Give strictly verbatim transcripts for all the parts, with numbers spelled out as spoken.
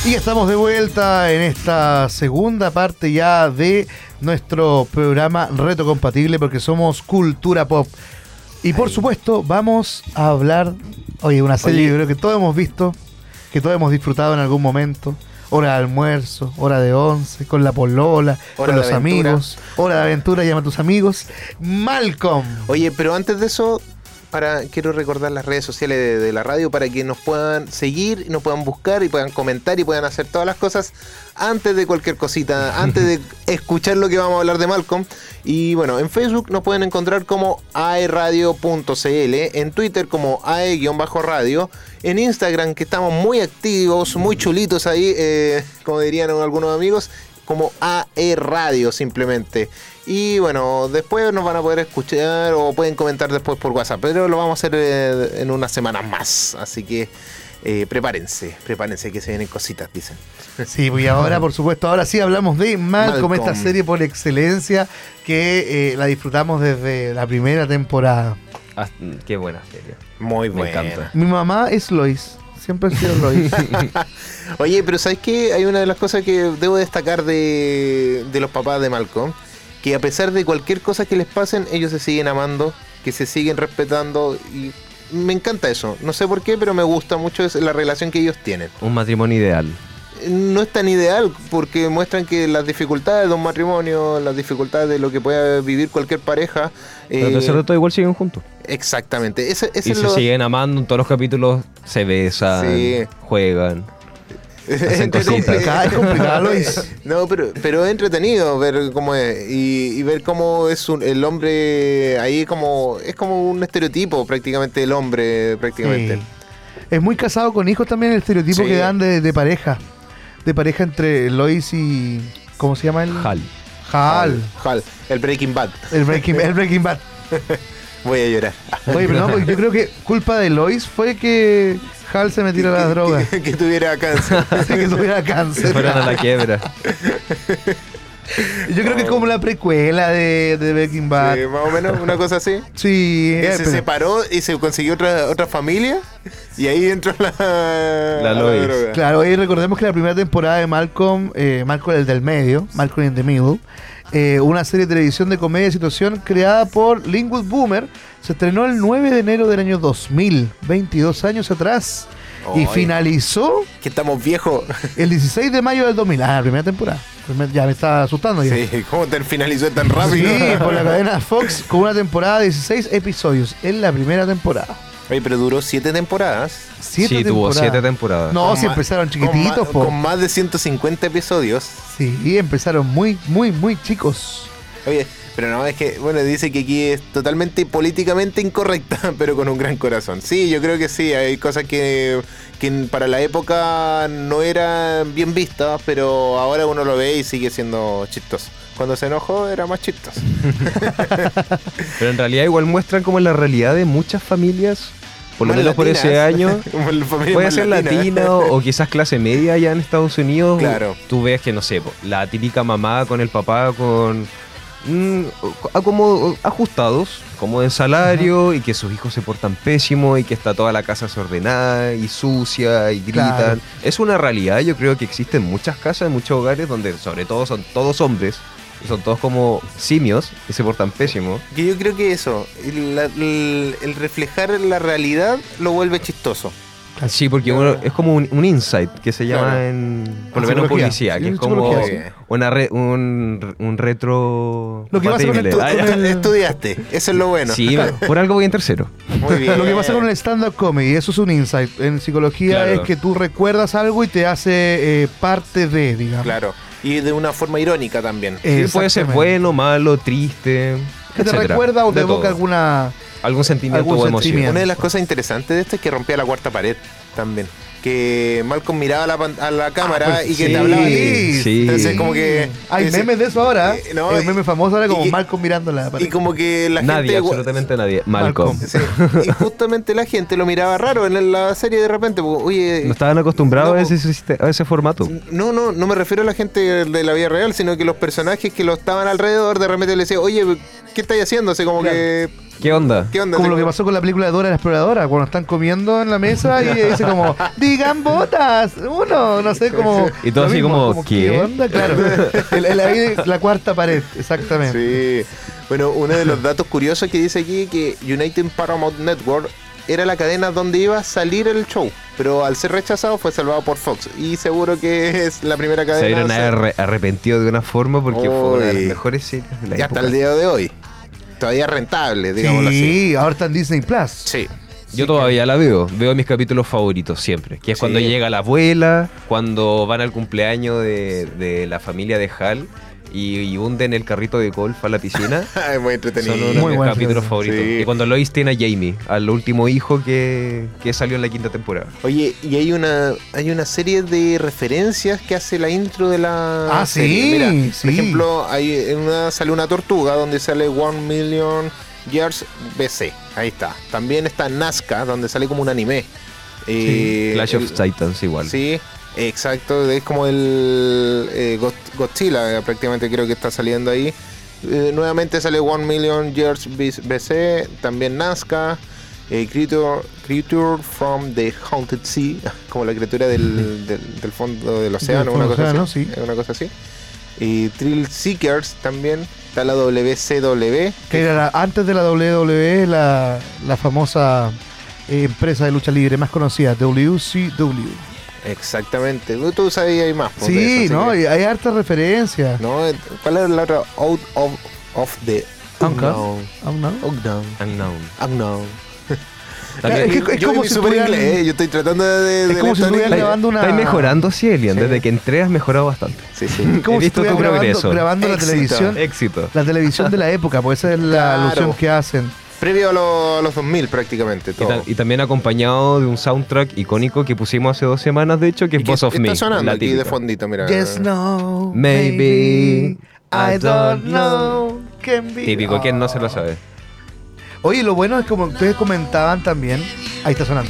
Y estamos de vuelta en esta segunda parte ya de nuestro programa Reto Compatible, porque somos Cultura Pop. Y por Ay. supuesto vamos a hablar, oye, una serie oye. que creo que todos hemos visto, que todos hemos disfrutado en algún momento. Hora de almuerzo, hora de once, con la polola, hora con los aventura. amigos. Hora de aventura, llama a tus amigos. Malcolm. Oye, pero antes de eso... Para, quiero recordar las redes sociales de, de la radio para que nos puedan seguir, nos puedan buscar y puedan comentar y puedan hacer todas las cosas antes de cualquier cosita, antes de escuchar lo que vamos a hablar de Malcolm. Y bueno, en Facebook nos pueden encontrar como aeradio punto cl, en Twitter como ae-radio, en Instagram, que estamos muy activos, muy chulitos ahí, eh, como dirían algunos amigos, como aeradio simplemente. Y bueno, después nos van a poder escuchar o pueden comentar después por WhatsApp, pero lo vamos a hacer eh, en unas semanas más. Así que eh, prepárense, prepárense que se vienen cositas, dicen. Sí, y ahora, por supuesto, ahora sí hablamos de Malcolm, Malcolm. esta serie por excelencia que eh, la disfrutamos desde la primera temporada. Ah, qué buena serie. Muy buena. Me encanta. Mi mamá es Lois. Siempre ha sido Lois. Oye, pero ¿sabes qué? Hay una de las cosas que debo destacar de, de los papás de Malcolm, que a pesar de cualquier cosa que les pasen, ellos se siguen amando, que se siguen respetando, y me encanta eso. No sé por qué, pero me gusta mucho la relación que ellos tienen. Un matrimonio ideal. No es tan ideal, porque muestran que las dificultades de un matrimonio, las dificultades de lo que pueda vivir cualquier pareja... Pero eh, a pesar de todo igual siguen juntos. Exactamente. Ese, ese y es se lo... siguen amando en todos los capítulos, se besan, sí. juegan... Hacen cositas. Es complicado, Luis. No, pero, pero es entretenido ver cómo es. Y, y ver cómo es un, el hombre ahí como. Es como un estereotipo prácticamente del hombre, prácticamente. Sí. Es muy casado con hijos también el estereotipo sí. que dan de, de pareja. De pareja entre Lois y. ¿Cómo se llama él? Hal. Hal. Hal. El Breaking Bad. El Breaking, el Breaking Bad. Voy a llorar. Oye, pero no, porque yo creo que culpa de Lois fue que Hal se metiera a las drogas. Que, que tuviera cáncer. Sí, que tuviera cáncer. Fueron a la quiebra. Yo creo que es como la precuela de, de Breaking Bad. Sí, más o menos, una cosa así. Sí. Que eh, se pero... separó y se consiguió otra, otra familia. Y ahí entró la, la, Lois. la droga. Claro, y recordemos que la primera temporada de Malcolm, eh, Malcolm el del medio, Malcolm in the Middle, eh, una serie de televisión de comedia de situación creada por Linwood Boomer, se estrenó el nueve de enero del año dos mil, veintidós años atrás. Y Ay, finalizó... Que estamos viejos. El dieciséis de mayo del dos mil. Ah, la primera temporada. Ya me está asustando ya. Sí, ¿cómo te finalizó tan rápido? Sí, por la cadena Fox con una temporada de dieciséis episodios. En la primera temporada. Oye, pero duró siete temporadas. ¿Siete sí, temporadas? tuvo siete temporadas. No, con si ma- empezaron chiquititos. Con, ma- con más de ciento cincuenta episodios. Sí, empezaron muy, muy, muy chicos. Oye, pero no, es que, bueno, dice que aquí es totalmente políticamente incorrecta, pero con un gran corazón. Sí, yo creo que sí, hay cosas que, que para la época no eran bien vistas, pero ahora uno lo ve y sigue siendo chistoso. Cuando se enojó era más chistoso. Pero en realidad igual muestran como la realidad de muchas familias, por lo Más menos por latinas. ese año. Como la familia Puede más ser latina. latina o, o quizás clase media allá en Estados Unidos. Claro. Tú ves que, no sé, po, la típica mamá con el papá con... mm, a- como ajustados, como de salario, y que sus hijos se portan pésimo y que está toda la casa desordenada y sucia y gritan. Claro. Es una realidad, yo creo que existen muchas casas, muchos hogares donde sobre todo son todos hombres. Y son todos como simios y se portan pésimo. Que yo creo que eso, el, el- el reflejar la realidad lo vuelve chistoso. Sí, porque Claro. uno- es como un, un insight que se llama Claro. en... Por Ah, lo menos en psicología. publicidad, Sí, que en es como psicología, sí. una re- un, un retro... Lo que pasa con el compatible. tu- Ah, con ya. el- Estudiaste, eso es lo bueno. Sí, por algo voy en tercero. Muy bien. Lo que pasa con el stand-up comedy, eso es un insight. En psicología Claro. es que tú recuerdas algo y te hace eh, parte de, digamos. Claro. Y de una forma irónica también. Sí, puede ser Exactamente. bueno, malo, triste, Que te etcétera. recuerda o te De evoca todo. alguna... Algún sentimiento algún o emoción. sentimiento. Una de las cosas interesantes de esto es que rompía la cuarta pared también. Que Malcolm miraba a la, pan- a la cámara pues y que sí, te hablaba a ti. sí. Entonces como que... Hay ese- memes de eso ahora. eh, no, Hay un meme famoso ahora como y- Malcolm mirando la pared. Y como que la Nadie, gente... absolutamente nadie. Malcolm. Malcolm. Sí, y justamente la gente lo miraba raro en la serie de repente. porque, Oye, No estaban acostumbrados no, a, ese, siste- a ese formato. No, no, no me refiero a la gente de la vida real, sino que los personajes que lo estaban alrededor de repente le decían, oye, ¿qué estáis haciendo? Así como Claro. que ¿Qué onda? ¿Qué onda? Como lo ¿Te- que pasó con la película de Dora la Exploradora, cuando están comiendo en la mesa y dice como, digan botas, uno, no sé, como... Y todo lo así como, ¿qué? ¿qué onda? Claro, el, el- ahí la cuarta pared, exactamente. Sí. Bueno, uno de los datos curiosos que dice aquí que United Paramount Network era la cadena donde iba a salir el show, pero al ser rechazado fue salvado por Fox y seguro que es la primera Se cadena. vieron arre- arrepentido de una forma porque fue una de las Uy. mejores series de la Y hasta época. el día de hoy. Todavía rentable, digámoslo así. Sí, ahora está en Disney Plus. Sí. Yo todavía la veo, veo mis capítulos favoritos siempre, que es Sí. cuando llega la abuela, cuando van al cumpleaños de, de la familia de Hal y, y hunden el carrito de golf a la piscina. Es muy entretenido. Son uno de Muy mis buena capítulos serie. favoritos. Sí. Y cuando Lois tiene a Jamie, al último hijo que, que salió en la quinta temporada. Oye, y hay una hay una serie de referencias que hace la intro de la Ah, serie. sí, Mira, sí. por ejemplo, hay en una sale una tortuga donde sale One Million Years B C. Ahí está. También está Nazca, donde sale como un anime. Eh, Clash el- of Titans igual. Sí, exacto. Es como el eh, God- Godzilla, eh, prácticamente creo que está saliendo ahí. Eh, nuevamente sale One Million Years B C. También Nazca. Eh, creature, creature from the Haunted Sea, como la criatura del, del, del fondo del océano, fondo una cosa océano, así. sí. eh, Una cosa así. Y Thrill Seekers también. Está la W C W. Que era la- antes de la W W E, la, la famosa eh, empresa de lucha libre más conocida, W C W. Exactamente. Tú, tú sabías ahí más. pues, de Sí, eso, ¿no? así Y hay hartas referencias. que- ¿no? ¿Cuál era la otra? Out of, of the Unknown. unknown. Aún no. Unknown. Unknown. Unknown. También- Es que- es yo como mi si super estuvieran- inglés, eh, yo estoy tratando de... de Es como si leer todo en estuvieran inglés. grabando una... Estáis mejorando, sí, Elian. Sí. Desde que entré has mejorado bastante. Sí, sí. Como He si visto tu estuvieran grabando, progreso. grabando la Éxito. televisión. Éxito. La televisión de la época, porque esa es la Claro. alusión que hacen. Previo a, lo- a los dos mil prácticamente Y, todo. ta- y también acompañado de un soundtrack icónico que pusimos hace dos semanas, de hecho, que Y es que Boss of está Me. sonando la aquí de típica. fondito, mira. Yes, no, Maybe, I don't know, can be. Típico, ¿quién no se lo Oh. sabe? Oye, lo bueno es como ustedes comentaban también. Ahí está sonando.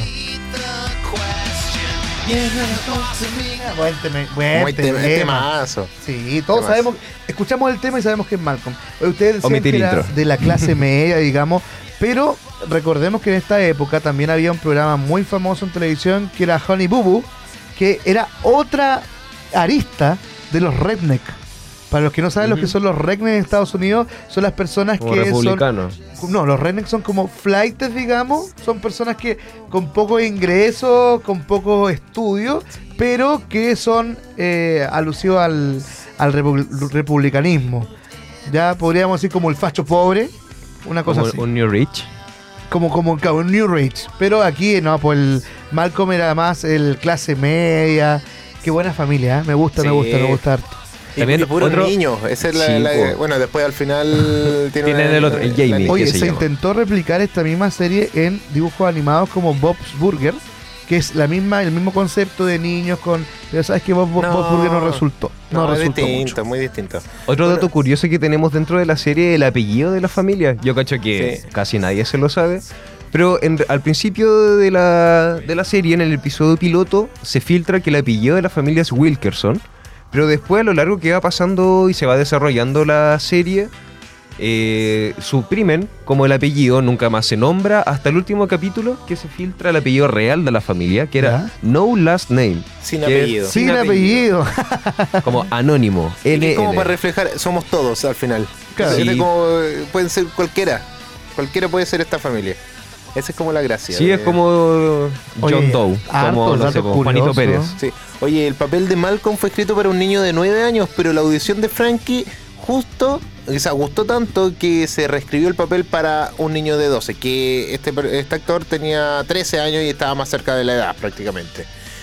Buen tema, buen Muy tema- tema. temazo. Sí, todos Temazo. sabemos, escuchamos el tema y sabemos que es Malcolm. Oye, ustedes decían Omitir que era intro. de la clase media, digamos, pero recordemos que en esta época también había un programa muy famoso en televisión que era Honey Boo Boo, que era otra arista de los redneck. Para los que no saben, los que son los redneck en Estados Unidos son las personas Como que son republicanos. no, los rednecks son como flightes, digamos. Son personas que con poco ingreso, con poco estudio, pero que son eh, alusivos al, al repu- republicanismo. Ya podríamos decir como el facho pobre, una cosa Como así. un New Rich. Como, como, como un New Rage. Pero aquí, no, pues el Malcolm era más el clase media. Qué buena familia, ¿eh? Me gusta, me Sí. gusta, me gusta harto. Y, También y puros otro- niños. Esa es la, Sí, la- po. bueno, después al final tiene Tienen el otro, el Jamie. Oye, ¿qué se, se llama? intentó replicar esta misma serie en dibujos animados como Bob's Burger, que es la misma, el mismo concepto de niños con. Pero sabes que Bob, Bob- No. Bob's Burger no resultó. No, No, es resultó distinto, mucho. muy distinto. Otro Bueno. dato curioso que tenemos dentro de la serie es el apellido de la familia. Yo cacho que Sí. casi nadie se lo sabe. Pero en- al principio de la, de la serie, en el episodio piloto, se filtra que el apellido de la familia es Wilkerson. Pero después, a lo largo que va pasando y se va desarrollando la serie, eh, suprimen como el apellido, nunca más se nombra, hasta el último capítulo que se filtra el apellido real de la familia, que era ¿Ya? No Last Name. Sin que es apellido. Sin apellido. Como anónimo. Y que N es como N. para reflejar, somos todos al final. Claro. Es Sí. como, eh, pueden ser cualquiera. Cualquiera puede ser esta familia. Esa es como la gracia. Sí, de- es como John Oye, Doe, hartos como no sé, datos como Juanito curiosos. Pérez. Sí. Oye, el papel de Malcolm fue escrito para un niño de nueve años, pero la audición de Frankie justo, o sea, gustó tanto que se reescribió el papel para un niño de doce, que este, este actor tenía trece años y estaba más cerca de la edad prácticamente.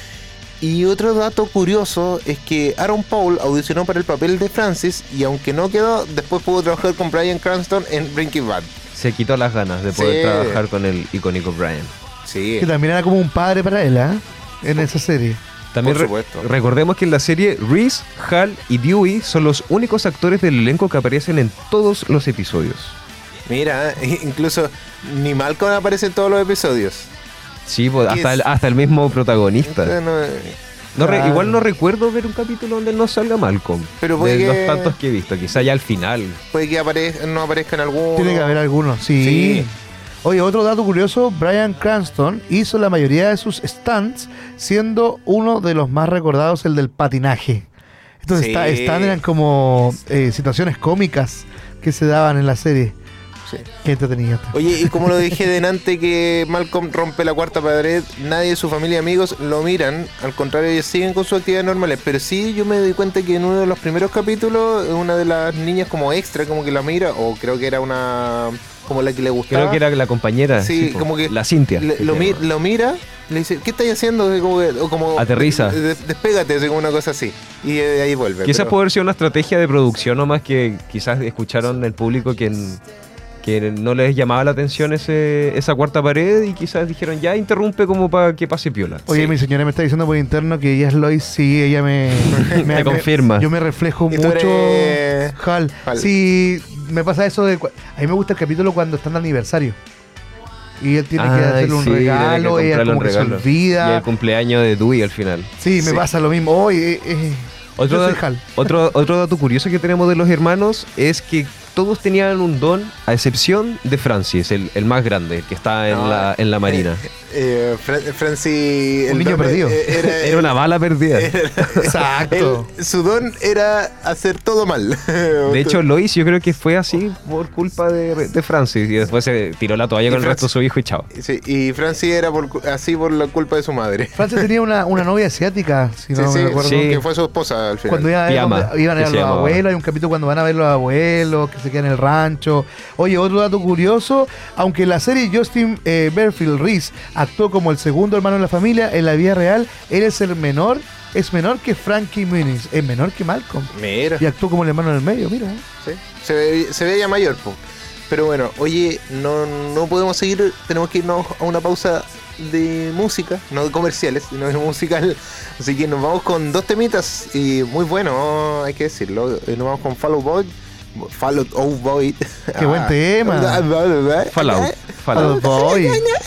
Y otro dato curioso es que Aaron Paul audicionó para el papel de Francis y aunque no quedó, después pudo trabajar con Bryan Cranston en Breaking Bad. Se quitó las ganas de poder Sí. trabajar con el icónico Brian. Sí. Que también era como un padre para él, ¿eh? En esa serie. También Por re- supuesto. recordemos que en la serie Reese, Hal y Dewey son los únicos actores del elenco que aparecen en todos los episodios. Mira, incluso ni Malcolm aparece en todos los episodios. Sí, pues, ¿Qué hasta es? el, hasta el mismo protagonista. Entonces, no, No re- Claro. igual no recuerdo ver un capítulo donde no salga Malcolm. Pero puede de que- los tantos que he visto, quizá ya al final. Puede que apare- no aparezca en algún. Tiene que haber algunos, sí. Sí. Oye, otro dato curioso, Bryan Cranston hizo la mayoría de sus stunts, siendo uno de los más recordados el del patinaje. Estos Sí. sta- stunts eran como eh, situaciones cómicas que se daban en la serie. Sí. Qué entretenido. Oye, y como lo dije delante que Malcolm rompe la cuarta pared, nadie de su familia y amigos lo miran, al contrario, ellos siguen con sus actividades normales, pero sí yo me di cuenta que en uno de los primeros capítulos, una de las niñas como extra, como que la mira, o creo que era una, como la que le gustaba. Creo que era la compañera. Sí, po, como que la Cintia. le- que lo, se mi- llama. lo mira, le dice, ¿qué estáis haciendo? Así como que- o como, Aterriza. de- despégate, así como una cosa así. Y de ahí vuelve. Quizás pero- puede haber sido una estrategia de producción nomás que quizás escucharon el público que, en- que no les llamaba la atención ese, esa cuarta pared y quizás dijeron ya interrumpe como para que pase piola. Oye, Sí. mi señora me está diciendo por interno que ella es Lois, sí, ella me... me- Te me- confirma. Yo me reflejo Y tú mucho... eres- Hal. Hal. Sí, me pasa eso de... cua- A mí me gusta el capítulo cuando están de aniversario. Y él tiene que Ay, hacerle un sí, tiene que regalo, ella comprarle como un que se regalo. Y olvida. el cumpleaños de Dewey al final. Sí, me Sí. pasa lo mismo. Oye, eh, eh, Otro, yo soy da- Hal. otro, otro dato curioso que tenemos de los hermanos es que todos tenían un don, a excepción de Francis, el, el más grande, el que está en, No, la, en la marina. Eh, Fran- Francis. Un el niño don- perdido. eh, Era, Era una bala perdida. Exacto. Él- su don era hacer todo mal. De hecho, Lois yo creo que fue así por culpa de, de Francis y después se tiró la toalla Y con el Francis- resto de su hijo y chao. Sí, y Francis era por cu- así por la culpa de su madre. Francis tenía una, una novia asiática, si no sí, me sí, recuerdo. Sí. que fue su esposa al final. Cuando iban a, ver Pijama, donde iban a que ver a se los llamaba. abuelos, hay un capítulo cuando van a ver los abuelos, que se quedan en el rancho. Oye, otro dato curioso, aunque en la serie Justin eh, Berfield Reese actuó como el segundo hermano de la familia, en la vida real él es el menor, es menor que Frankie Muniz, es menor que Malcolm. Mira, Y actuó como el hermano del medio, mira. sí. se, ve, se veía mayor. Po. Pero bueno, oye, no, no podemos seguir, tenemos que irnos a una pausa de música, no de comerciales, sino de musical. Así que nos vamos con dos temitas y muy bueno, hay que decirlo. Eh, Nos vamos con Fall Out Boy. Fall Out Boy. Qué buen tema. Fallout. Fallout Fallout. Boy.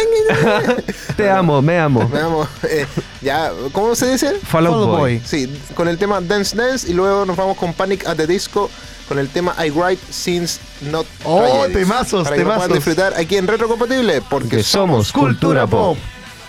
Te amo, me amo. Veamos, eh, ya, ¿cómo se dice? Fallout Fallout Boy. Boy. Sí, con el tema Dance Dance y luego nos vamos con Panic at the Disco con el tema I Write Since Not Oh, Tragedies. temazos, Para que lo puedan temazos. disfrutar aquí en Retro Compatible porque Que somos cultura pop.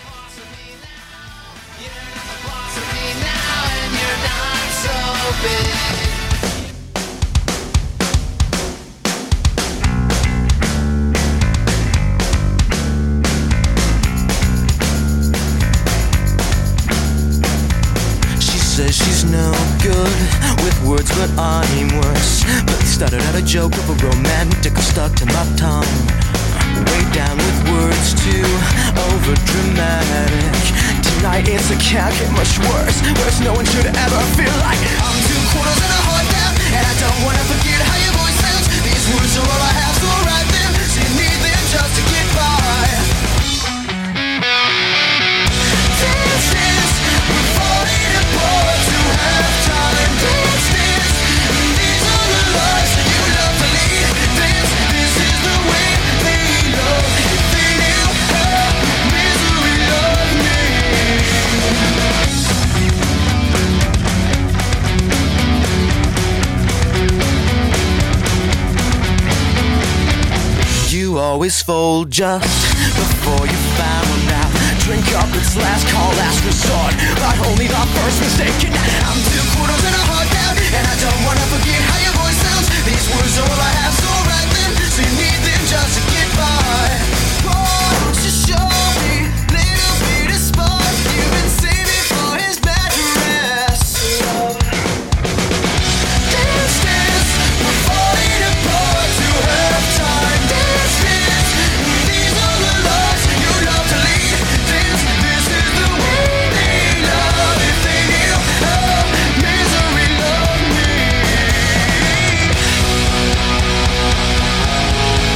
She says she's no good with words, but I'm worse. But started out a joke of a romantic stuck to my tongue. Way down with words too over dramatic. Tonight it's a can't get much worse. Worse, no one should ever feel like I'm two quarters and a heart down, and I don't wanna forget how your voice sounds. These words are all I have, so write them. So you need them just to get by. Dance, dance, we're falling apart to have time. Dance, dance, these are the lives you love to lead. Dance, this is the way they love. If they knew how misery loved me. You always fold just before you found out. Drink up, it's last call, last resort, but only the first mistake. And I'm two quarters and a heart down, and I don't wanna forget how your voice sounds. These words are all I have, so write them. So you need them just to get by. Oh, just show me little bit of spark you've been saving for his bad rest. Dance, dance, we're falling apart to have time. Dance, dance, these are the lives you love to lead. Dance, this is the way they love. If they knew how misery loved me.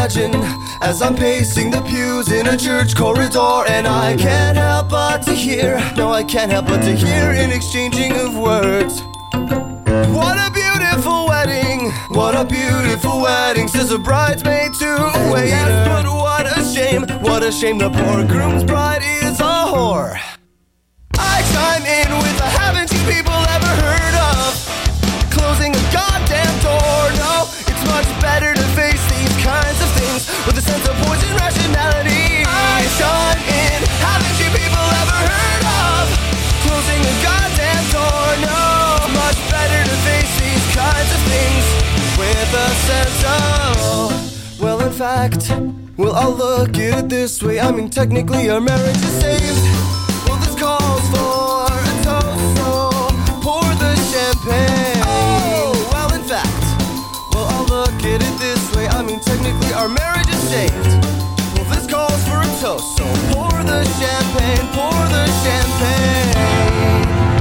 imagine as I'm pacing the pews in a church corridor, and I can't help but to hear, no, I can't help but to hear an exchanging of words. What a beautiful wedding, what a beautiful wedding, says a bridesmaid to a waiter. Yes, but what a shame, what a shame, the poor groom's bride is a whore. I chime in with a haven't you people ever heard of closing a goddamn door? No, it's much better to face these kinds of things with a sense of poison rationality. I chime in, haven't you people ever heard of closing a goddamn door? No, it's much better to face these kinds of things with a sense of, well, in fact, well, I'll look at it this way. I mean, technically our marriage is saved. Well, this calls for a toast, so pour the champagne. Oh, well, in fact, well, I'll look at it this way. I mean, technically our marriage is saved. Well, this calls for a toast, so pour the champagne, pour the champagne.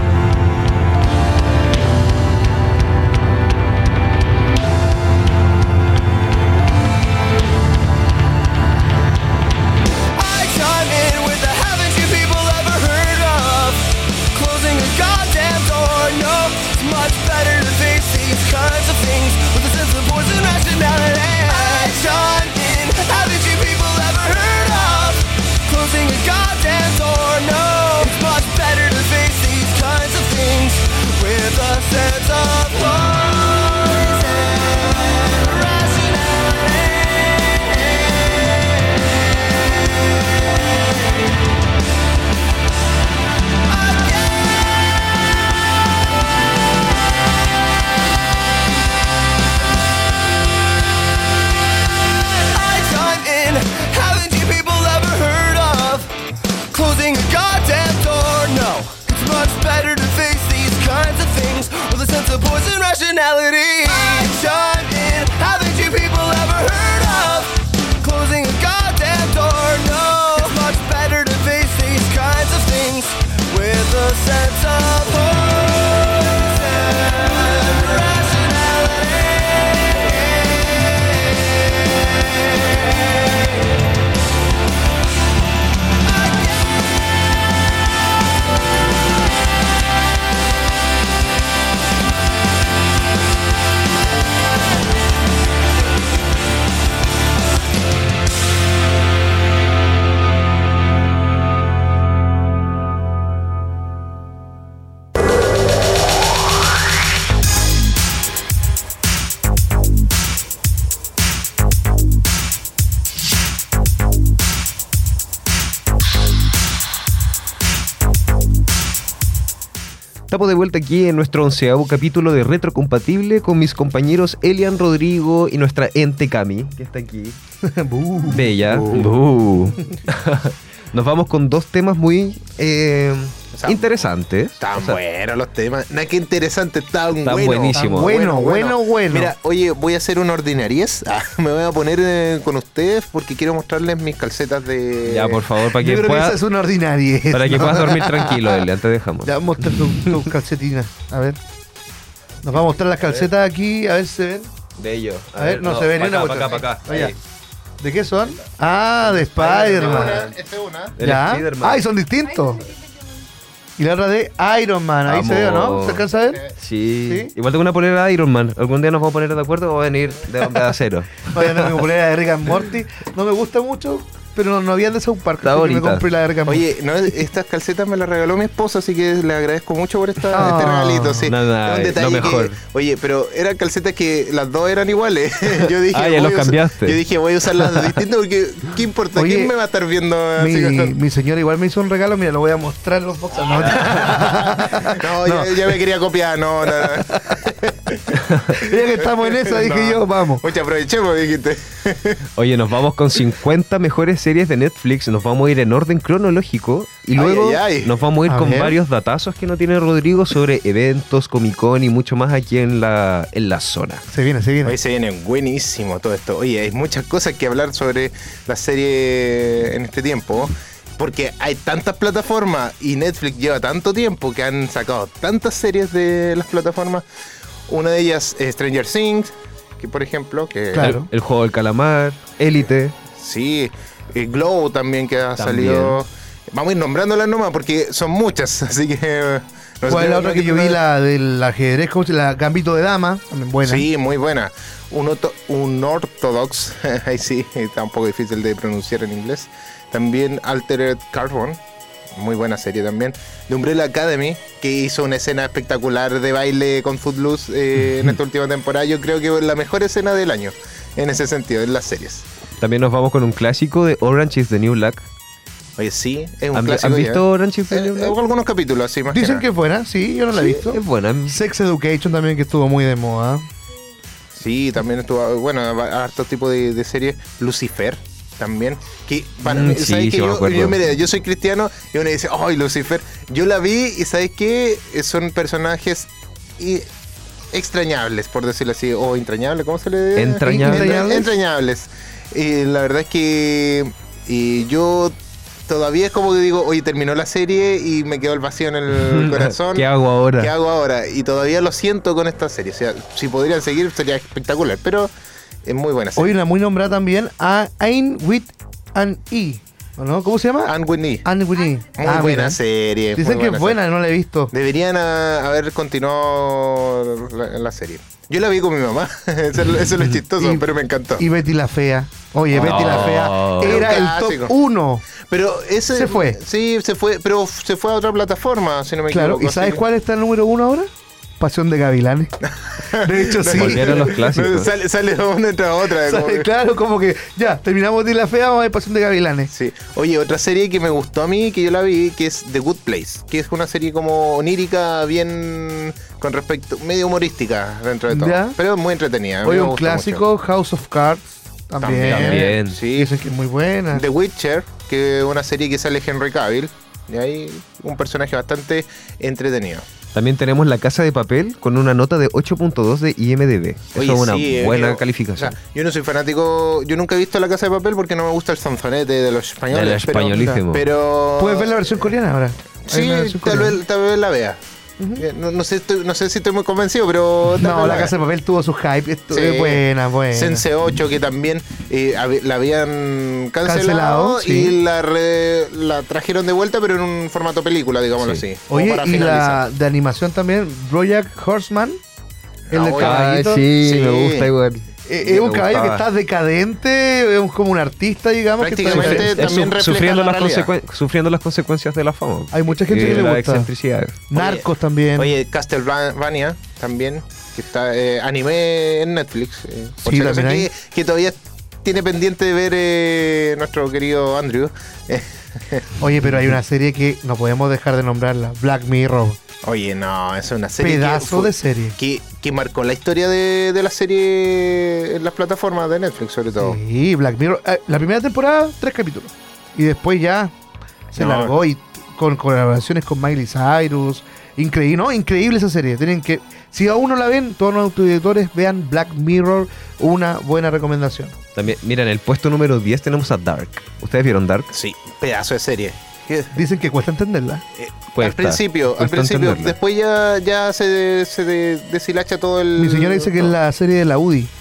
Kinds of things with a sense of poison rationality. I chime in, haven't you people ever heard of closing a goddamn door? No, it's much better to face these kinds of things with a sense of poison rationality. Closing a goddamn door, no. It's much better to face these kinds of things with a sense of poison rationality. I chime in, haven't you people ever heard of closing a goddamn door? No, it's much better to face these kinds of things with a sense of poison rationality. Estamos de vuelta aquí en nuestro onceavo capítulo de Retrocompatible con mis compañeros Elian, Rodrigo y nuestra ente Cami, que está aquí. Buh. Bella. Buh. Buh. Nos vamos con dos temas muy eh, O sea, interesantes. Estaban O sea, buenos los temas. Nada que interesante, estaban Están buenos. buenísimos. Bueno, bueno, bueno. Mira, oye, voy a hacer una ordinariez. Ah, me voy a poner eh, con ustedes porque quiero mostrarles mis calcetas de... Ya, por favor, para Yo que, creo que pueda, esa es una ordinaria. para que puedas dormir tranquilo, Elian, te dejamos. Ya, mostrar tus tu calcetinas. A ver. Nos va a mostrar las calcetas aquí, a ver si se ven. Bello. A, ver, no, se ve ni para una acá, cuestión. para acá, para Allá. acá. ¿De qué son? Ah, de Spider-Man. Esta es una. El Ya. Spider-Man. Ay, son distintos. Y la otra de Iron Man. Ahí se ve, ¿o no? Vamos. ¿Se alcanza a ver? Sí. ¿Sí? Igual tengo una polera de Iron Man. ¿Algún día nos vamos a poner de acuerdo o va a venir de Hombre de Acero? Voy a tener mi polera de Rick and Morty. No me gusta mucho, pero no, no había de South Park. Está así que me bonita. compré la de Rick and Morty. Oye, no, estas calcetas me las regaló mi esposa, así que le agradezco mucho por esta, Ah. este regalito. Sí. No, no, Es un detalle lo mejor. que- oye, pero eran calcetas que las dos eran iguales. Yo dije, Ah, ya voy los a usar- cambiaste. Yo dije, voy a usar las distintas porque ¿qué importa? Oye, ¿Quién me va a estar viendo así? Mi, con- mi señora igual me hizo un regalo, mira, lo voy a mostrar en los boxes. No, No, Ya, ya me quería copiar, no, no. no. ya que estamos en esa, dije No. yo, vamos. Oye, aprovechemos, dijiste. Oye, nos vamos con cincuenta mejores series de Netflix. Nos vamos a ir en orden cronológico. Y Ay, luego ay, ay. nos vamos a ir A con ver. varios datazos que no tiene Rodrigo sobre eventos, Comic Con y mucho más aquí en la, en la zona. Se viene, se viene. Hoy se viene buenísimo todo esto. Oye, hay muchas cosas que hablar sobre la serie en este tiempo. Porque hay tantas plataformas y Netflix lleva tanto tiempo que han sacado tantas series de las plataformas. Una de ellas es Stranger Things, que por ejemplo, que Claro. El, el juego del calamar, Élite. sí, eh, Glow también que ha También. salido. Vamos a ir nombrándolas nomás porque son muchas, así que... eh, no sé ¿Cuál es qué- la otra no que sé yo qué- vi? La del ajedrez, ¿cómo se llama? La Gambito de Dama, también buena. Sí, muy buena. Un, oto- un Orthodox, ahí sí, está un poco difícil de pronunciar en inglés. También Altered Carbon, muy buena serie también. The Umbrella Academy, que hizo una escena espectacular de baile con Footloose eh, en esta última temporada. Yo creo que es la mejor escena del año, en ese sentido, en las series. También nos vamos con un clásico de Orange is the New Black. Oye, sí, es un ¿Han, clásico. han ya. visto Orange is the Eh, New Black? eh, algunos capítulos, así más que Dicen nada. que es buena, sí, yo no la he visto. Es buena. Sex Education también, que estuvo muy de moda. Sí, también estuvo, bueno, harto tipo de, de series. Lucifer también. Que para Mm, mí, sí, ¿sabes sí, qué? me Yo, acuerdo. yo, mira, yo soy cristiano y uno dice, ¡ay, Lucifer! Yo la vi y ¿sabes qué? Son personajes y- extrañables, por decirlo así, o entrañables, ¿cómo se le dice? Entrañables. Entra- entrañables. Y la verdad es que y yo todavía es como que digo, oye, terminó la serie y me quedó el vacío en el corazón. ¿Qué hago ahora? ¿Qué hago ahora? Y todavía lo siento con esta serie. O sea, si podrían seguir sería espectacular, pero es muy buena serie. Hoy una muy nombrada también, a Ain with an E. ¿O no? ¿Cómo se llama? Anne Whitney. Anne with E. Muy Ah, buena mira. serie. Dicen muy que es buena, no la he visto. serie. Deberían ah, haber continuado la, la serie. Yo la vi con mi mamá. eso, es lo- eso es lo chistoso, Y- pero me encantó. Y Betty la Fea. Oye, Betty la Fea Oh. era Un el clásico. top uno. Pero ese Se fue. Sí, se fue, pero se fue a otra plataforma, si no me Claro, equivoco. ¿y sabes así. cuál está el número uno ahora? Pasión de Gavilanes. De hecho, sí. Volvieron los clásicos. sale, sale una tras otra. como Sale, que- claro, como que ya, terminamos Betty la Fea, vamos a ver Pasión de Gavilanes. Sí. Oye, otra serie que me gustó a mí, que yo la vi, que es The Good Place, que es una serie como onírica, bien con respecto, medio humorística dentro de todo. Ya. Pero es muy entretenida. a mí Hoy me un gustó clásico, House of Cards. mucho. También. También. Sí. Dicen que es muy buena. The Witcher, que es una serie que sale Henry Cavill. Y hay un personaje bastante entretenido. También tenemos La Casa de Papel con una nota de ocho punto dos de I M D B. Eso Oye, es una sí, eh, buena yo- calificación. O sea, yo no soy fanático, yo nunca he visto La Casa de Papel porque no me gusta el sonzonete de los españoles. Del pero- españolísimo. Pero, Puedes ver la versión coreana ahora. Hay Sí, una versión tal coreana. vez, tal vez la vea. Eh, no, no sé, estoy- no sé si estoy muy convencido, pero... tal No, vez la vea. Casa de Papel tuvo su hype. Esto Sí. es buena, buena. Sense ocho, que también eh, hab- la habían cancelado, Cancelado, sí. y la, re- la trajeron de vuelta, pero en un formato película, digámoslo Sí. así. como Oye, para y finalizar. la de animación también, Bojack Horseman, el Ah, del oye, caballito. sí, Sí. me gusta igual. Eh, Me es un caballo que gustaba. está decadente, es un- como un artista, digamos. Que está Prácticamente decadente. Es también su- refleja sufriendo, la las realidad. consecuen- sufriendo las consecuencias de la fama. Hay mucha gente Y que le la gusta. excentricidad. Narcos también. Oye, Castlevania también, que está eh, anime en Netflix. eh, por Sí, si acaso, también hay. que, que todavía tiene pendiente de ver eh, nuestro querido Andrew. Eh, Oye, pero hay una serie que no podemos dejar de nombrarla, Black Mirror. Oye, no, es una serie Pedazo que, fue- de serie. que, que marcó la historia de, de la serie en las plataformas de Netflix, sobre todo. Sí, Black Mirror. Eh, la primera temporada, tres capítulos. Y después ya se No. largó y con colaboraciones con Miley Cyrus. Increíble, ¿no? Increíble esa serie. Tienen que, si aún no la ven, todos los autodirectores vean Black Mirror, una buena recomendación. También, mira, en el puesto número diez tenemos a Dark. ¿Ustedes vieron Dark? Sí, pedazo de serie. Que- Dicen que cuesta entenderla. eh, Puede al estar, principio, al cuesta principio, entenderla. después ya, ya se, se de- deshilacha todo el... Mi señora dice que es la serie de la U D I.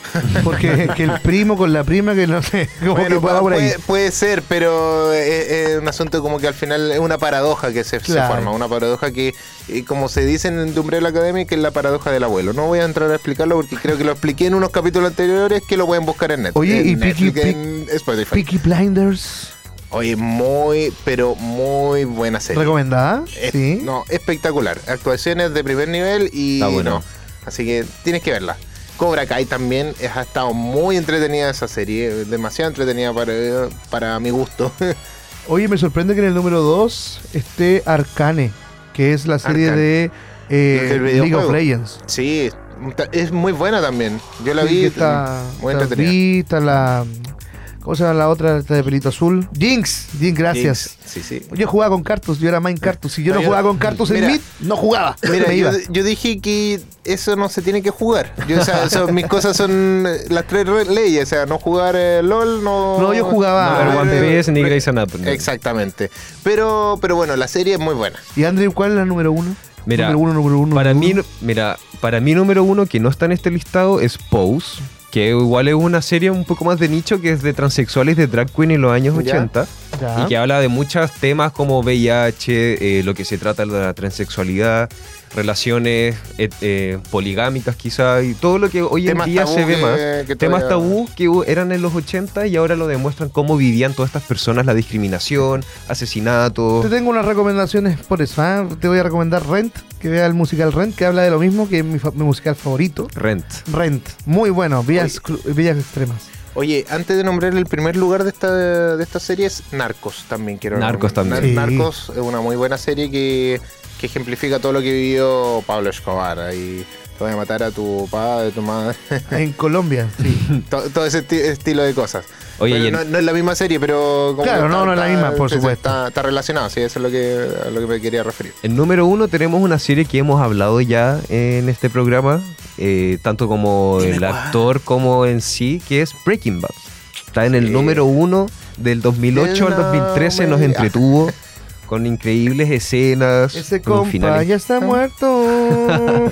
Porque que el primo con la prima, que no sé, como Bueno, que va por ahí. puede, puede ser, pero es, es un asunto como que al final es una paradoja que se, se Claro. forma, una paradoja que, eh, como se dice en The Umbrella Academy, que es la paradoja del abuelo. No voy a entrar a explicarlo porque creo que lo expliqué en unos capítulos anteriores que lo pueden buscar en Netflix. Oye, en y Peaky- Netflix, en Spotify. Peaky Blinders, Oye, muy, pero muy buena serie. recomendada. Es- Sí. No, espectacular. Actuaciones de primer nivel y Está bueno. no. Así que tienes que verla. Cobra Kai también eh, ha estado muy entretenida esa serie, demasiado entretenida para, para mi gusto. Oye, me sorprende que en el número dos esté Arcane, que es la serie Arcane. de eh, El del League of videojuego. Legends. Sí, es muy buena también. Yo la Sí, vi, que está, muy está entretenida. Vi, está la... ¿Cómo se llama la otra? Esta de pelito azul. Jinx. Jinx, gracias. Sí, sí. Yo jugaba con Cartus, yo era main Cartus. Si yo no, No, yo- jugaba con Cartus en mira, mid, no jugaba. Mira, Me yo, iba. yo dije que eso no se tiene que jugar. Yo, o sea, eso- mis cosas son eh, las tres re- leyes. O sea, no jugar eh, LOL, no... No, yo jugaba- No ver Ah, One eh, Piece ni re- Grey's Anatomy. Exactamente. Pero, pero bueno, la serie es muy buena. ¿Y Andrew, cuál es la número uno? Mira, número uno, número uno. Para número mí, uno. mira, para mí número uno que no está en este listado es Pose, que igual es una serie un poco más de nicho, que es de transexuales de drag queen en los años Ya. ochenta. Ya. Y que habla de muchos temas como V I H, eh, lo que se trata de la transexualidad, relaciones eh, eh, poligámicas quizá, y todo lo que hoy Temas en día tabú se ve que- más. que Temas todavía- tabú que hu- eran en los ochenta y ahora lo demuestran cómo vivían todas estas personas, la discriminación, asesinatos. Te tengo unas recomendaciones por eso. ¿ah? Te voy a recomendar Rent, que vea el musical Rent, que habla de lo mismo, que es mi, fa- mi musical favorito. Rent. Rent, muy bueno, villas, Oye. cru- villas extremas. Oye, antes de nombrar el primer lugar de esta, de esta serie es Narcos, también quiero Narcos nombrar. también. Sí. Narcos es una muy buena serie que, que ejemplifica todo lo que vivió Pablo Escobar. Ahí te voy a matar a tu padre, a tu madre, En Colombia, sí. todo, todo ese esti- estilo de cosas. Oye, Pero y en- no, no es la misma serie, pero... como Claro, que no, no es la misma, por sí, sí, supuesto. Está, está relacionado, sí, eso es lo que, a lo que me quería referir. En número uno tenemos una serie que hemos hablado ya en este programa, eh, tanto como Dime el cuál. actor como en sí, que es Breaking Bad. Está en el Sí. número uno del dos mil ocho al dos mil trece, nos No me- entretuvo con increíbles escenas. Ese con compa finales- ya está muerto.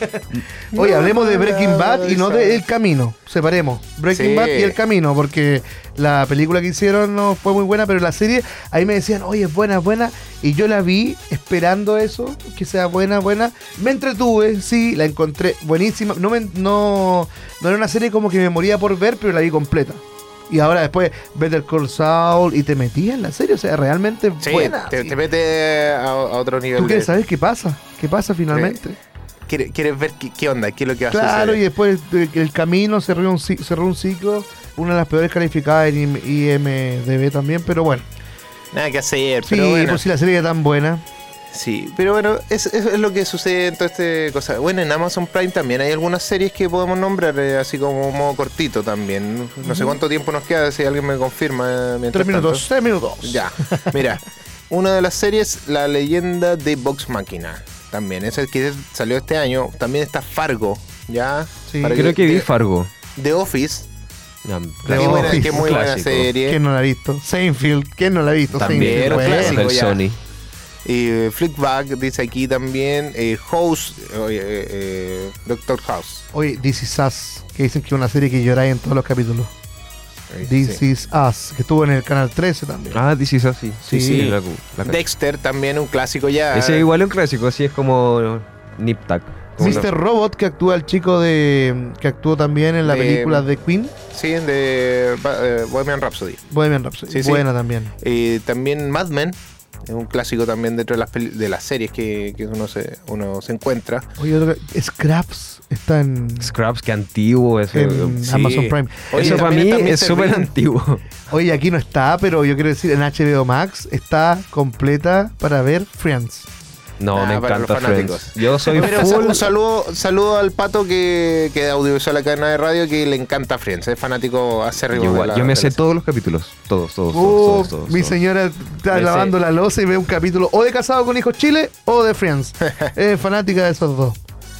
Oye, hablemos de Breaking Bad y no de El Camino. Separemos Breaking Sí. Bad y El Camino, porque la película que hicieron no fue muy buena, pero la serie, ahí me decían, oye, es buena, es buena. Y yo la vi esperando eso, que sea buena, buena. Me entretuve, sí, la encontré buenísima. No, me, no, no era una serie como que me moría por ver, pero la vi completa. Y ahora después Better Call Saul y te metías en la serie, o sea, realmente Sí, buena. te, sí. te mete a, a otro nivel. ¿Tú quieres de- saber qué pasa? ¿Qué pasa finalmente? ¿Quieres, quieres ver qué, qué onda? ¿Qué es lo que va a Claro, y suceder? después de que El Camino cerró un, ci- cerró un ciclo, una de las peores calificadas en I M D B también, pero bueno. Nada que hacer, Sí, pero bueno. pues si la serie es tan buena. Sí, pero bueno, es- eso es lo que sucede en toda esta cosa. Bueno, en Amazon Prime también hay algunas series que podemos nombrar, eh, así como modo cortito también. No sé cuánto tiempo nos queda, si alguien me confirma. eh, mientras Tres minutos, tanto. tres minutos. Ya, mira, una de las series, La leyenda de Vox Machina. También, esa que salió este año. También está Fargo, ¿ya? Sí. Para Creo que vi The- Fargo. The Office, Ya, The que clásico. buena, Office, que muy un buena clásico. serie. ¿Quién no la ha visto? Seinfeld, ¿quién no la ha visto? También, Seinfeld, un bueno. clásico. el ya. Sony. Y eh, Flickback dice aquí también. Eh, House, oye, eh, eh, Doctor House. Oye, This Is Us, que dicen que es una serie que lloráis en todos los capítulos. Eh, This sí. Is Us, que estuvo en el canal trece también. Ah, This Is Us, sí. Sí. Sí, la, la- Dexter también un clásico ya. Ese igual es un clásico, así es como Nip Tuck. Como mister Robot, que actúa el chico de. que actuó también en la De- película de Queen. Sí, de ba- eh, Bohemian Rhapsody. Bohemian Rhapsody. Sí, sí. Buena también. Eh, también Mad Men. Es un clásico también dentro de las, peli- de las series que, que uno, se, uno se encuentra. Oye, otro que- Scraps está en, Scraps, que antiguo ese. en sí. Amazon Prime. Oye, Eso para también mí está es mister súper Bean. antiguo. Oye, aquí no está, pero yo quiero decir, en H B O Max está completa para ver Friends. No, Ah, me para los encanta fanáticos. Friends. Yo soy Pero full. un saludo, saludo al pato que, que de audiovisual acá en la radio que le encanta Friends. Es fanático acérrimo. Yo, de igual, la- yo me de sé la- todos los capítulos. Todos, todos, todos. Uh, todos, todos, mi todos. señora está Me sé. lavando la loza y ve un capítulo o de Casado con Hijos Chile o de Friends. Es fanática de esos dos.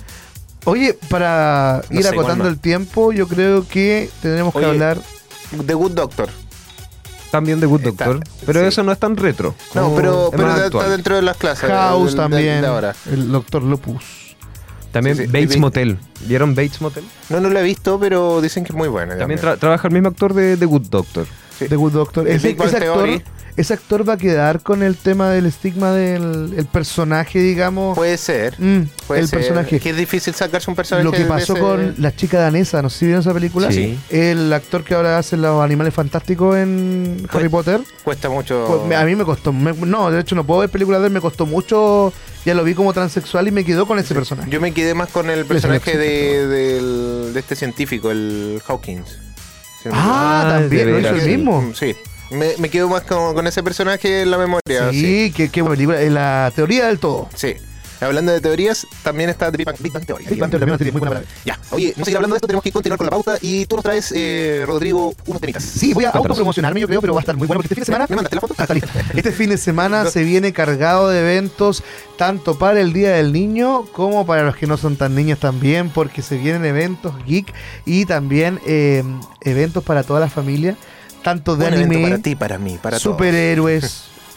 Oye, para No ir sé, acotando Juanma. el tiempo, yo creo que tendremos que Oye, hablar. The Good Doctor. También de Good Está- Doctor. Pero sí. eso no es tan retro. No, Oh, pero, es pero más está actual. dentro de las clases. House del- del- también. de ahora. El Doctor Lupus. También Sí, sí. Bates Y- Motel. ¿Vieron Bates Motel? No, no lo he visto, pero dicen que es muy buena. También tra- trabaja el mismo actor de The Good Doctor. Sí. The Good Doctor. El Ese, Big Bang ese actor, Theory. ese actor va a quedar con el tema del estigma del el personaje, digamos. Puede ser. Mm, Puede el ser. personaje. Que es difícil sacarse un personaje Lo que de pasó ese- con la chica danesa, no sé si vieron esa película. Sí. El actor que ahora hace los animales fantásticos en Harry Potter. Cuesta mucho. Pues, me- a mí me costó. me- no, de hecho no puedo ver películas de él, me costó mucho. Ya lo vi como transexual y me quedó con ese personaje. Yo me quedé más con el personaje selección, de, del- de este científico, el Hawkins. Si no me Ah, Ah, también, de lo hizo veras. el mismo. equivoco. Sí. Me, me quedo más con, con ese personaje en la memoria. Sí. Sí, qué, qué buena película. eh, La teoría del todo. Sí. Hablando de teorías, también está The Big Bang, Big Bang Theory. Big Bang Theory también una serie muy buena. Ya, oye, no seguir hablando de esto, tenemos que continuar con la pauta y tú nos traes, eh, Rodrigo, unos temitas. Sí, voy a autopromocionarme, yo creo, pero va a estar muy bueno porque este fin de semana. ¿Me mandaste la foto? Ah, está listo. Este fin de semana se viene cargado de eventos, tanto para el Día del Niño como para los que no son tan niños también, porque se vienen eventos geek y también eh, eventos para toda la familia, tanto de Un evento anime, para ti, para mí, para todos. superhéroes,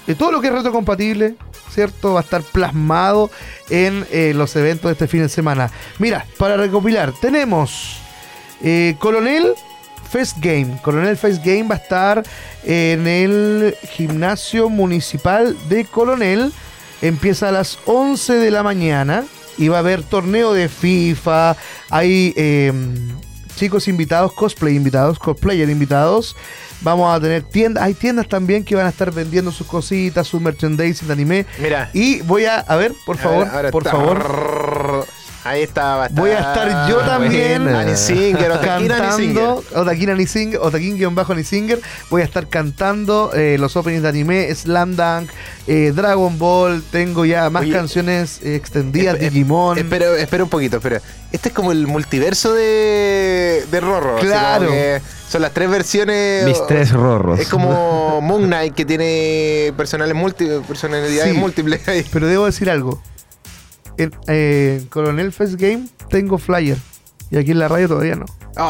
de todo lo que es retrocompatible, ¿cierto? Va a estar plasmado en eh, los eventos de este fin de semana. Mira, para recopilar, tenemos eh, Coronel Fest Game. Coronel Fest Game va a estar en el gimnasio municipal de Coronel. Empieza a las once de la mañana y va a haber torneo de FIFA. Hay eh, chicos invitados, cosplay invitados, cosplayer invitados. Vamos a tener tiendas, hay tiendas también que van a estar vendiendo sus cositas, su merchandising de anime. Mira. Y voy a, a ver, por favor, A ver, ahora por está. favor. Ahí está, va a estar. Voy a estar yo también buena. Annie Singer, Otakin Annie Singer. cantando, Otakin Annie Singer, Otakin-Annie Singer. Voy a estar cantando eh, los openings de anime, Slam Dunk, eh, Dragon Ball. Tengo ya más Oye, canciones eh, extendidas, Espe- Digimon. Espera, espera un poquito, espera. Este es como el multiverso de, de Rorro. así Claro. como que son las tres versiones. Mis tres rorros. Es como Moon Knight, que tiene personales multi, personalidades Sí. múltiples ahí. Pero debo decir algo. En eh, Coronel Fest Game tengo flyer. Y aquí en la radio todavía no.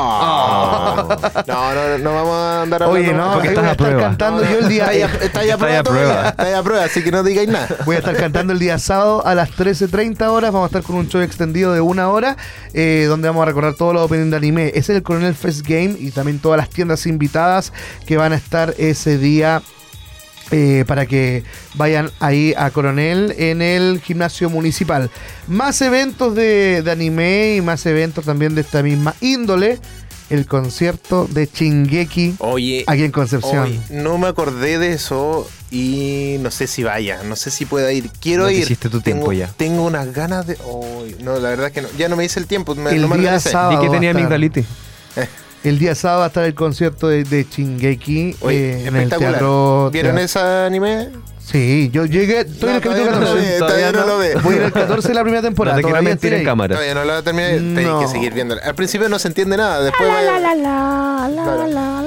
Oh. No, no, no vamos a andar hablando. Oye, no, porque ahí estás voy a a estar prueba. cantando yo el día. Está ahí a, está ahí a Está prueba. ahí a todavía, prueba. Está ahí a prueba, así que no digáis nada. Voy a estar cantando el día sábado a las trece treinta horas. Vamos a estar con un show extendido de una hora, eh, donde vamos a recordar todos los openings de anime. Es el Coronel Fest Game y también todas las tiendas invitadas que van a estar ese día. Eh, para que vayan ahí a Coronel en el gimnasio municipal. Más eventos de, de anime y más eventos también de esta misma índole. El concierto de Shingeki Oye, aquí en Concepción. oye, no me acordé de eso y no sé si vaya, no sé si pueda ir. Quiero No te ir. hiciste tu tengo, tiempo ya. Tengo unas ganas de. Oy, no, la verdad es que no. Ya no me hice el tiempo. Me, El no me día organicé. sábado. Di que va a tenía estar. amigdalitis. El día sábado va a estar el concierto de, de Shingeki Oye, eh, en el espectacular. teatro. ¿Vieron teatro- ese anime? Sí, yo llegué. Estoy en el No, capítulo todavía no lo catorce. ve, todavía no lo ve. Voy en el catorce de la primera No temporada. te quiero todavía mentir estoy en ahí. cámara. Todavía no lo terminé. Tenéis No. que seguir viéndolo. Al principio no se entiende nada. Después vaya.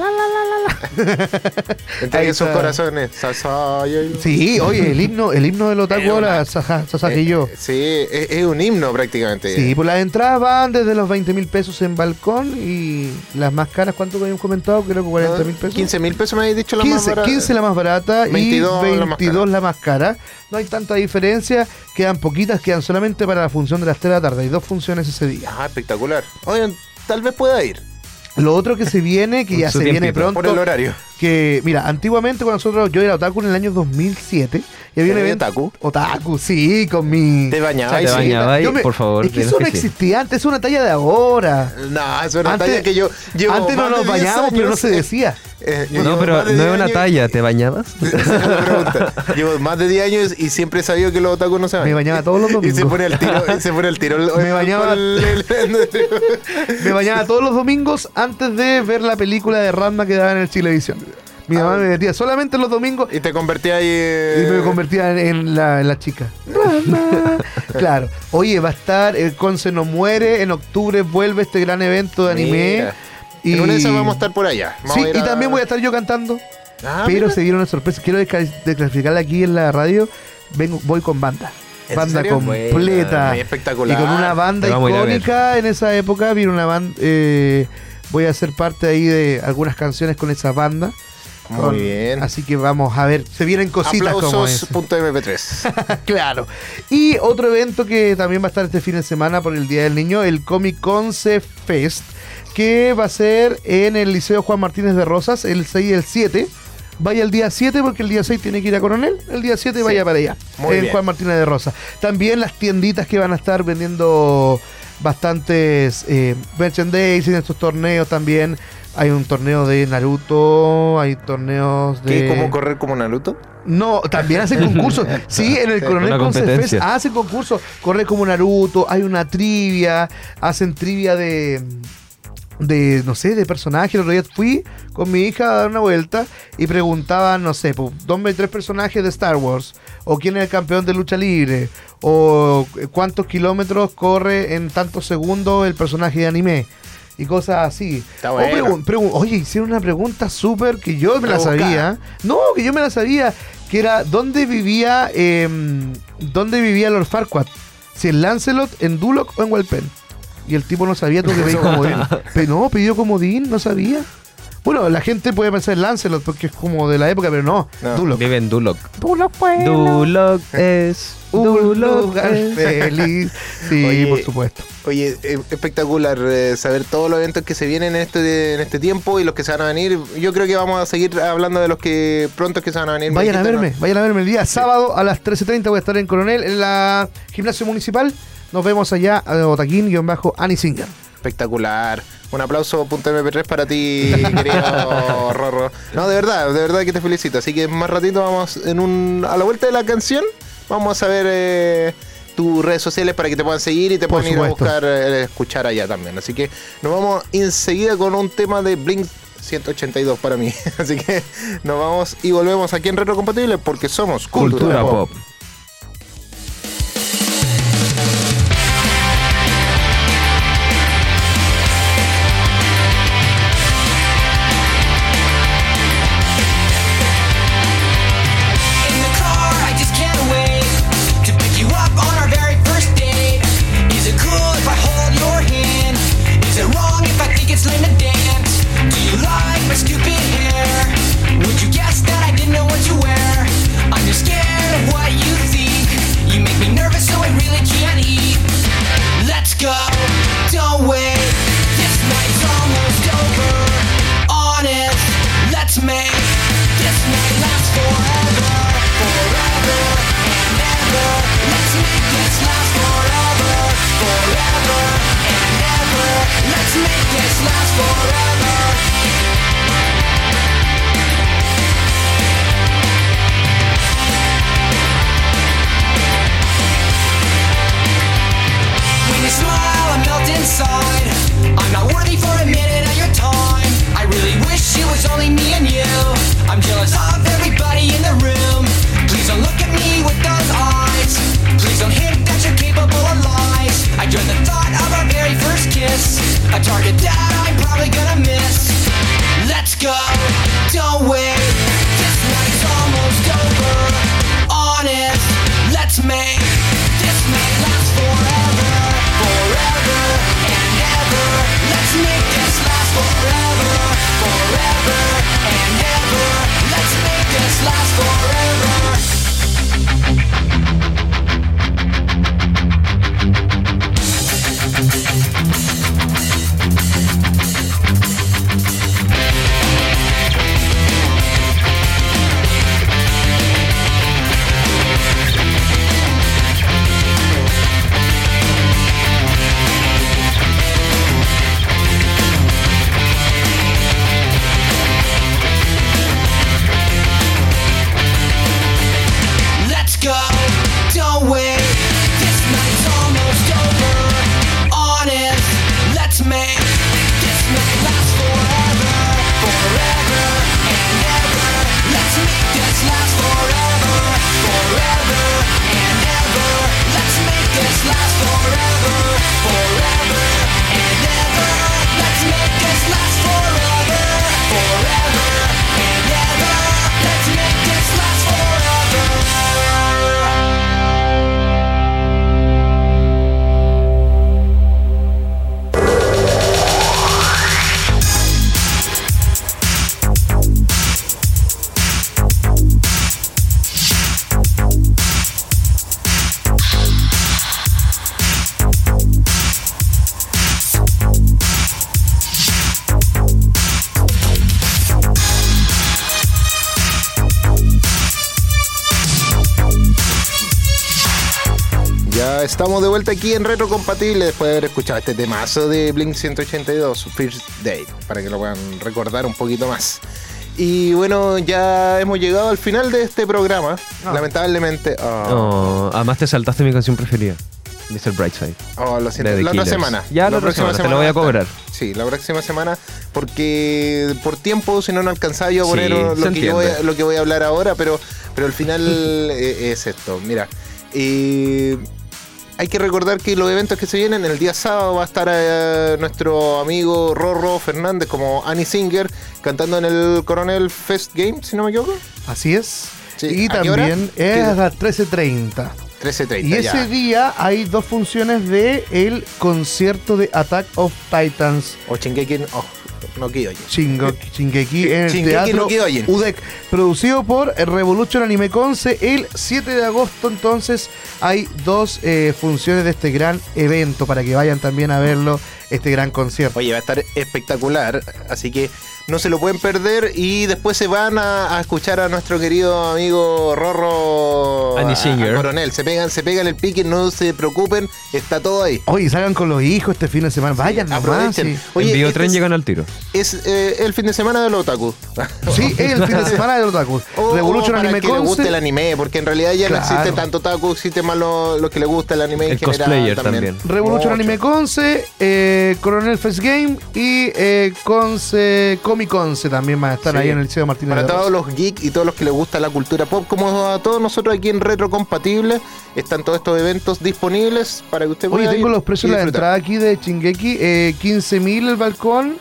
Entregue Ahí sus está. corazones. Sasai. Sí, oye, el himno, el himno del otaku Es una- ahora, Saja- Sasaki yo. Eh, Sí, es, es un himno prácticamente. Sí, pues las entradas van desde los veinte mil pesos en balcón y las más caras, ¿cuánto me habían comentado? Creo que cuarenta mil pesos. quince mil pesos me habéis dicho la más quince, barata. quince la más barata veintidós y la más veintidós cara. la más cara. No hay tanta diferencia, quedan poquitas, quedan solamente para la función de las tres de la tarde. Hay dos funciones ese día. Ah, espectacular. Oigan, tal vez pueda ir. Lo otro que se viene, que Con ya su se viene tiempito. pronto, Por el horario. que mira, antiguamente cuando nosotros, yo era otaku en el año dos mil siete y había un ¿Eres evento otaku? otaku, sí, con mi ¿Te bañabas? Te sí? bañabas, Yo me- por favor. es que dinos eso no que sí. existía antes, es una talla de ahora. No, es una Antes- talla que yo llevo Antes no más nos de diez bañábamos, pero no años. se decía. Eh, yo No, llevo pero más de no diez es una años- talla. ¿Te bañabas? Esa es la pregunta. Llevo más de diez años y siempre he sabido que los otakus no se bañan. Me bañaba todos los Y se domingos. pone al tiro, y se pone al tiro. el- Me bañaba- el- el- Me bañaba todos los domingos antes de ver la película de Ranma que daba en el Chilevisión. Mi mamá Ah. me metía solamente los domingos y te convertí ahí. eh, y me convertía en, en la, en la chica. Ranma. Claro. Oye, va a estar el Conce no muere. En octubre vuelve este gran evento de anime. Mira. Y... En una de esas vamos a estar por allá. Vamos Sí, a ir y a- también voy a estar yo cantando. Ah, pero mira. se viene una sorpresa. Quiero desca- desclasificarla aquí en la radio. Vengo, voy con banda. ¿En Banda serio? completa. Buena, muy espectacular. Y con una banda Te vamos a ir a ver. icónica en esa época. Vino una banda. eh, voy a ser parte ahí de algunas canciones con esa banda. Muy Con- bien. Así que vamos a ver. Se vienen cositas como Aplausos esa. punto eme pe tres. Claro. Y otro evento que también va a estar este fin de semana por el Día del Niño, el Comic Conce Fest, que va a ser en el Liceo Juan Martínez de Rosas, el seis y el siete. Vaya el día siete porque el día seis tiene que ir a Coronel. El día siete Sí. vaya para allá, Muy en bien. Juan Martínez de Rosas. También las tienditas que van a estar vendiendo bastantes eh, merchandising en estos torneos también. Hay un torneo de Naruto, hay torneos de... ¿Qué? ¿Cómo correr como Naruto? No, también hacen concursos. Sí, en el Coronel Una Conce Fest competencia. hacen concursos. Corre como Naruto, hay una trivia, hacen trivia de de, no sé, de personajes. El otro día fui con mi hija a dar una vuelta y preguntaban, no sé, pues, nombre de tres personajes de Star Wars, o quién es el campeón de lucha libre, o cuántos kilómetros corre en tantos segundos el personaje de anime. Y cosas así. Está O bueno. pregun- pregun- Oye, hicieron una pregunta súper que yo me la Rebuscada. sabía. No, que yo me la sabía. Que era, ¿dónde vivía eh, dónde vivía Lord Farquaad? Si en Lancelot, en Duloc o en Walpen. Y el tipo no sabía, tuvo que pedir comodín. Pero no, pidió comodín, no sabía. Bueno, la gente puede pensar en Lancelot porque es como de la época, pero no. No. Duloc. Vive en Duloc. Duloc, pues. Duloc es Un Duloc lugar es. feliz. Sí, Oye, por supuesto. Oye, eh, espectacular eh, saber todos los eventos que se vienen en este, en este tiempo y los que se van a venir. Yo creo que vamos a seguir hablando de los que pronto que se van a venir. Vayan a Dijiste, verme, vayan a verme el día sábado a las trece treinta. Voy a estar en Coronel, en la gimnasio municipal. Nos vemos allá a Otaquín-Ani Singer. Espectacular. Un aplauso punto eme pe tres para ti, querido Rorro. No, de verdad, de verdad que te felicito. Así que más ratito vamos en un a la vuelta de la canción. Vamos a ver eh, tus redes sociales para que te puedan seguir y te Por puedan ir a supuesto. buscar, eh, escuchar allá también. Así que nos vamos enseguida con un tema de Blink ciento ochenta y dos para mí. Así que nos vamos y volvemos aquí en Retrocompatible porque somos Cultura, Cultura Pop. Pop. In the car, I just can't wait to pick you up on our very first date. Is it cool if I hold your hand? Is it wrong if I think it's lame to dance? Do you like my stupid hair? Would you guess that I didn't know what you wear? I'm just scared of what you think. You make me nervous, so I really can't eat. Let's go, don't wait. This night's almost over. Honest, let's make this night last forever, forever and ever. Let's make this last forever, forever and ever. Let's make this last forever. When you smile, I melt inside. I'm not worthy for a minute of your time. I really wish it was only me and you. I'm jealous of everybody in the room. Please don't look at me with those eyes. Please don't hint that you're capable of lies. I dread the thought of our very first kiss, a target that I'm probably gonna miss. Let's go, don't wait. This night's almost over. Honest, let's make this night last forever, forever and ever. Let's make this last forever, forever and ever. Let's make this last forever. Let's go, don't wait. This night's almost over. Honest, let's make this night last forever, forever and ever. Let's make this last forever, forever and ever. Let's make this last forever, forever and ever. Let's make this last forever, forever and ever. Let's make this last forever. Ya estamos de vuelta aquí en Retrocompatible después de haber escuchado este temazo de Blink ciento ochenta y dos, First Date, para que lo puedan recordar un poquito más. Y bueno, ya hemos llegado al final de este programa. Ah. Lamentablemente. Oh, Oh, además te saltaste mi canción preferida, mister Brightside. oh, lo siento. de The La otra Killers. semana. Ya la otra semana, te la voy a va estar. cobrar. Sí, la próxima semana, porque por tiempo, si no, no alcanzaba yo a poner Sí, lo, se que yo voy a, entiende. lo que voy a hablar ahora, pero, pero al final eh, es esto. Mira, eh, hay que recordar que los eventos que se vienen, el día sábado va a estar eh, nuestro amigo Rorro Fernández como Ani Singer cantando en el Coronel Fest Game, si no me equivoco. Así es. Sí, Y ¿a qué hora? también ¿Qué- es a las trece treinta. trece Y treinta, ese ya. día hay dos funciones de el concierto de Attack of Titans. O Shingeki, oh, no Kyojin. Shingo- Shingeki en el Shingeki Teatro no Kyojin. U D E C, producido por Revolution Anime Conce el siete de agosto. Entonces hay dos eh, funciones de este gran evento para que vayan también a verlo, este gran concierto. Oye, va a estar espectacular, así que no se lo pueden perder y después se van a, a escuchar a nuestro querido amigo Rorro Annie a- Singer. a Coronel. Se pegan, se pegan el pique, no se preocupen, está todo ahí. Oye, salgan con los hijos este fin de semana, vayan nomás. aprovechen. Sí, Oye, en este Biotren es- llegan al tiro. Es eh, el fin de semana del otaku. Sí, es el fin de semana del Otaku. O- Revolution o para Anime que le guste el Conce. anime, porque en realidad ya Claro. no existe tanto otaku, existe más lo, lo que le gusta el anime en El general cosplayer también. también. Revolution Mucho. Anime Conce, eh, Coronel Fest Game y eh, Conce, Comic Conce también van a estar Sí. ahí en el Liceo Martínez Para de todos Rosas. los geeks y todos los que les gusta la cultura pop, como a todos nosotros aquí en Retro Compatible, están todos estos eventos disponibles para que usted Oye, pueda tengo ir los precios y de la disfrutar. entrada aquí de Shingeki, eh, quince mil el balcón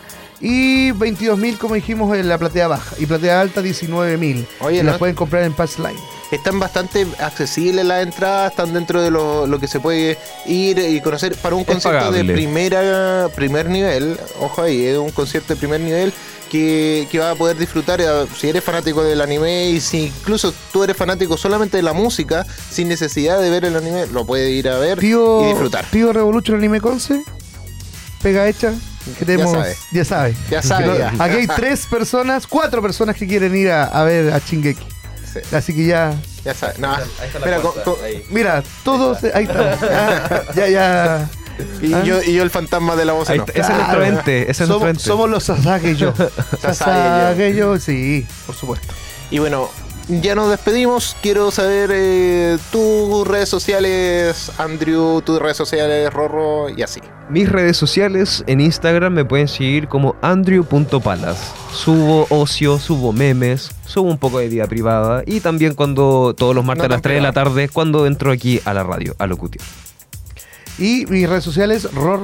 y veintidós mil como dijimos en la platea baja y platea alta diecinueve mil. Oye, y las ¿no? pueden comprar en Passline. Están bastante accesibles las entradas, están dentro de lo, lo que se puede ir y conocer para un Es concierto de pagable. primera primer nivel. Ojo ahí, es un concierto de primer nivel que, que vas a poder disfrutar eh, si eres fanático del anime y si incluso tú eres fanático solamente de la música, sin necesidad de ver el anime, lo puedes ir a ver Tío, y disfrutar. tío Revolution Anime Conce, pega hecha. Queremos, sabe. ya sabe. Ya sabe, Pero ya. Aquí hay tres personas, cuatro personas que quieren ir a, a ver a Shingeki. Sí, Así que ya, ya sabes. No, mira, con- con- mira, todos ahí estamos. Ya, ya, ya. y, ¿Ah? yo, y yo el fantasma de la voz Ahí en off. está, ese es nuestro ente, ese es nuestro somos, ente. somos los Sasage yo. Sasage Sasage yo, sí, por supuesto. Y bueno, ya nos despedimos. Quiero saber eh, tus redes sociales, Andrew, tus redes sociales, Rorro, y así. Mis redes sociales en Instagram me pueden seguir como andrew punto palas. Subo ocio, subo memes, subo un poco de vida privada y también cuando todos los martes No a las tan tres de la privado. tarde cuando entro aquí a la radio, a locutir. Y mis redes sociales,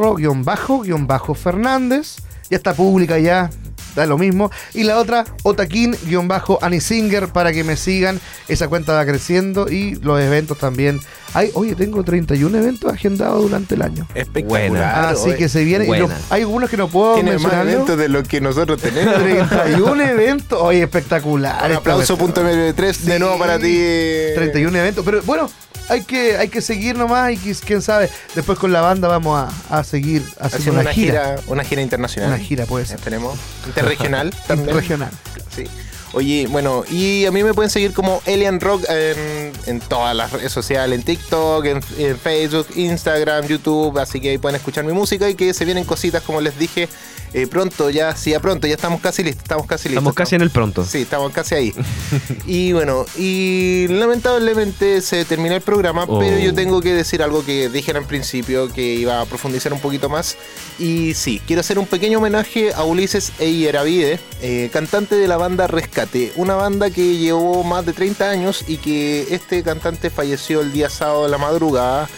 Rorro-Fernández. Ya está pública ya, da lo mismo. Y la otra, Otakin-Anisinger, para que me sigan. Esa cuenta va creciendo y los eventos también. Hay, oye, tengo treinta y uno eventos agendados durante el año. Espectacular. Buena. Así oye. que se vienen. Y Buena. los- hay algunos que no puedo Tiene más mencionar. eventos de lo que nosotros tenemos. treinta y uno eventos. Oye, espectacular. Un esta aplauso cuestión. punto M P tres de Sí. nuevo para ti. treinta y uno eventos. Pero bueno, hay que, hay que seguir nomás y quis- quién sabe. Después con la banda vamos a, a seguir haciendo Haciendo una, gira. una gira internacional. Una gira puede ser. Esperemos. Interregional también. Regional. Sí. Oye, bueno, y a mí me pueden seguir como Elian Rock en, en todas las redes sociales, en TikTok, en, en Facebook, Instagram, YouTube, así que ahí pueden escuchar mi música y que se vienen cositas, como les dije, eh, pronto, ya, sí, ya pronto, ya estamos casi listos, estamos casi listos. Estamos casi en el pronto. Sí, estamos casi ahí. Y bueno, y lamentablemente se terminó el programa, Oh. pero yo tengo que decir algo que dije en principio, que iba a profundizar un poquito más. Y sí, quiero hacer un pequeño homenaje a Ulises Eyeravide, eh, cantante de la banda Rescate, una banda que llevó más de treinta años y que este cantante falleció el día sábado de la madrugada.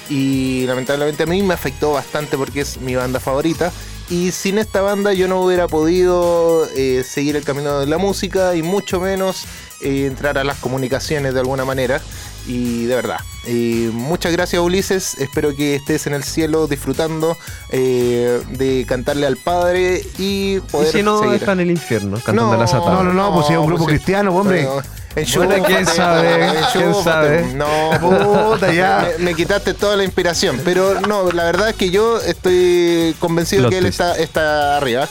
Y lamentablemente a mí me afectó bastante porque es mi banda favorita. Y sin esta banda yo no hubiera podido eh, seguir el camino de la música y mucho menos eh, entrar a las comunicaciones de alguna manera. Y de verdad, eh, muchas gracias Ulises, espero que estés en el cielo disfrutando eh, de cantarle al Padre y Y poder si no, seguir. está en el infierno, cantando No, la Satán. No, no, no, pues si es un grupo pues sí. cristiano, hombre. Bueno, Bueno, enchúfate, quién sabe, quién enchúfate. sabe. No, Puta, ya. Me, me quitaste toda la inspiración. Pero no, la verdad es que yo estoy convencido Plot que él twist. está, está arriba.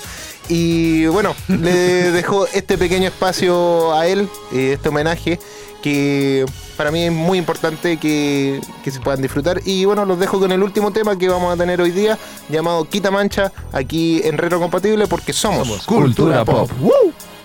Y bueno, le dejo este pequeño espacio a él, eh, este homenaje, que para mí es muy importante que, que se puedan disfrutar. Y bueno, los dejo con el último tema que vamos a tener hoy día, llamado Quita Mancha, aquí en Retro Compatible, porque somos, Cultura Pop. ¡Woo!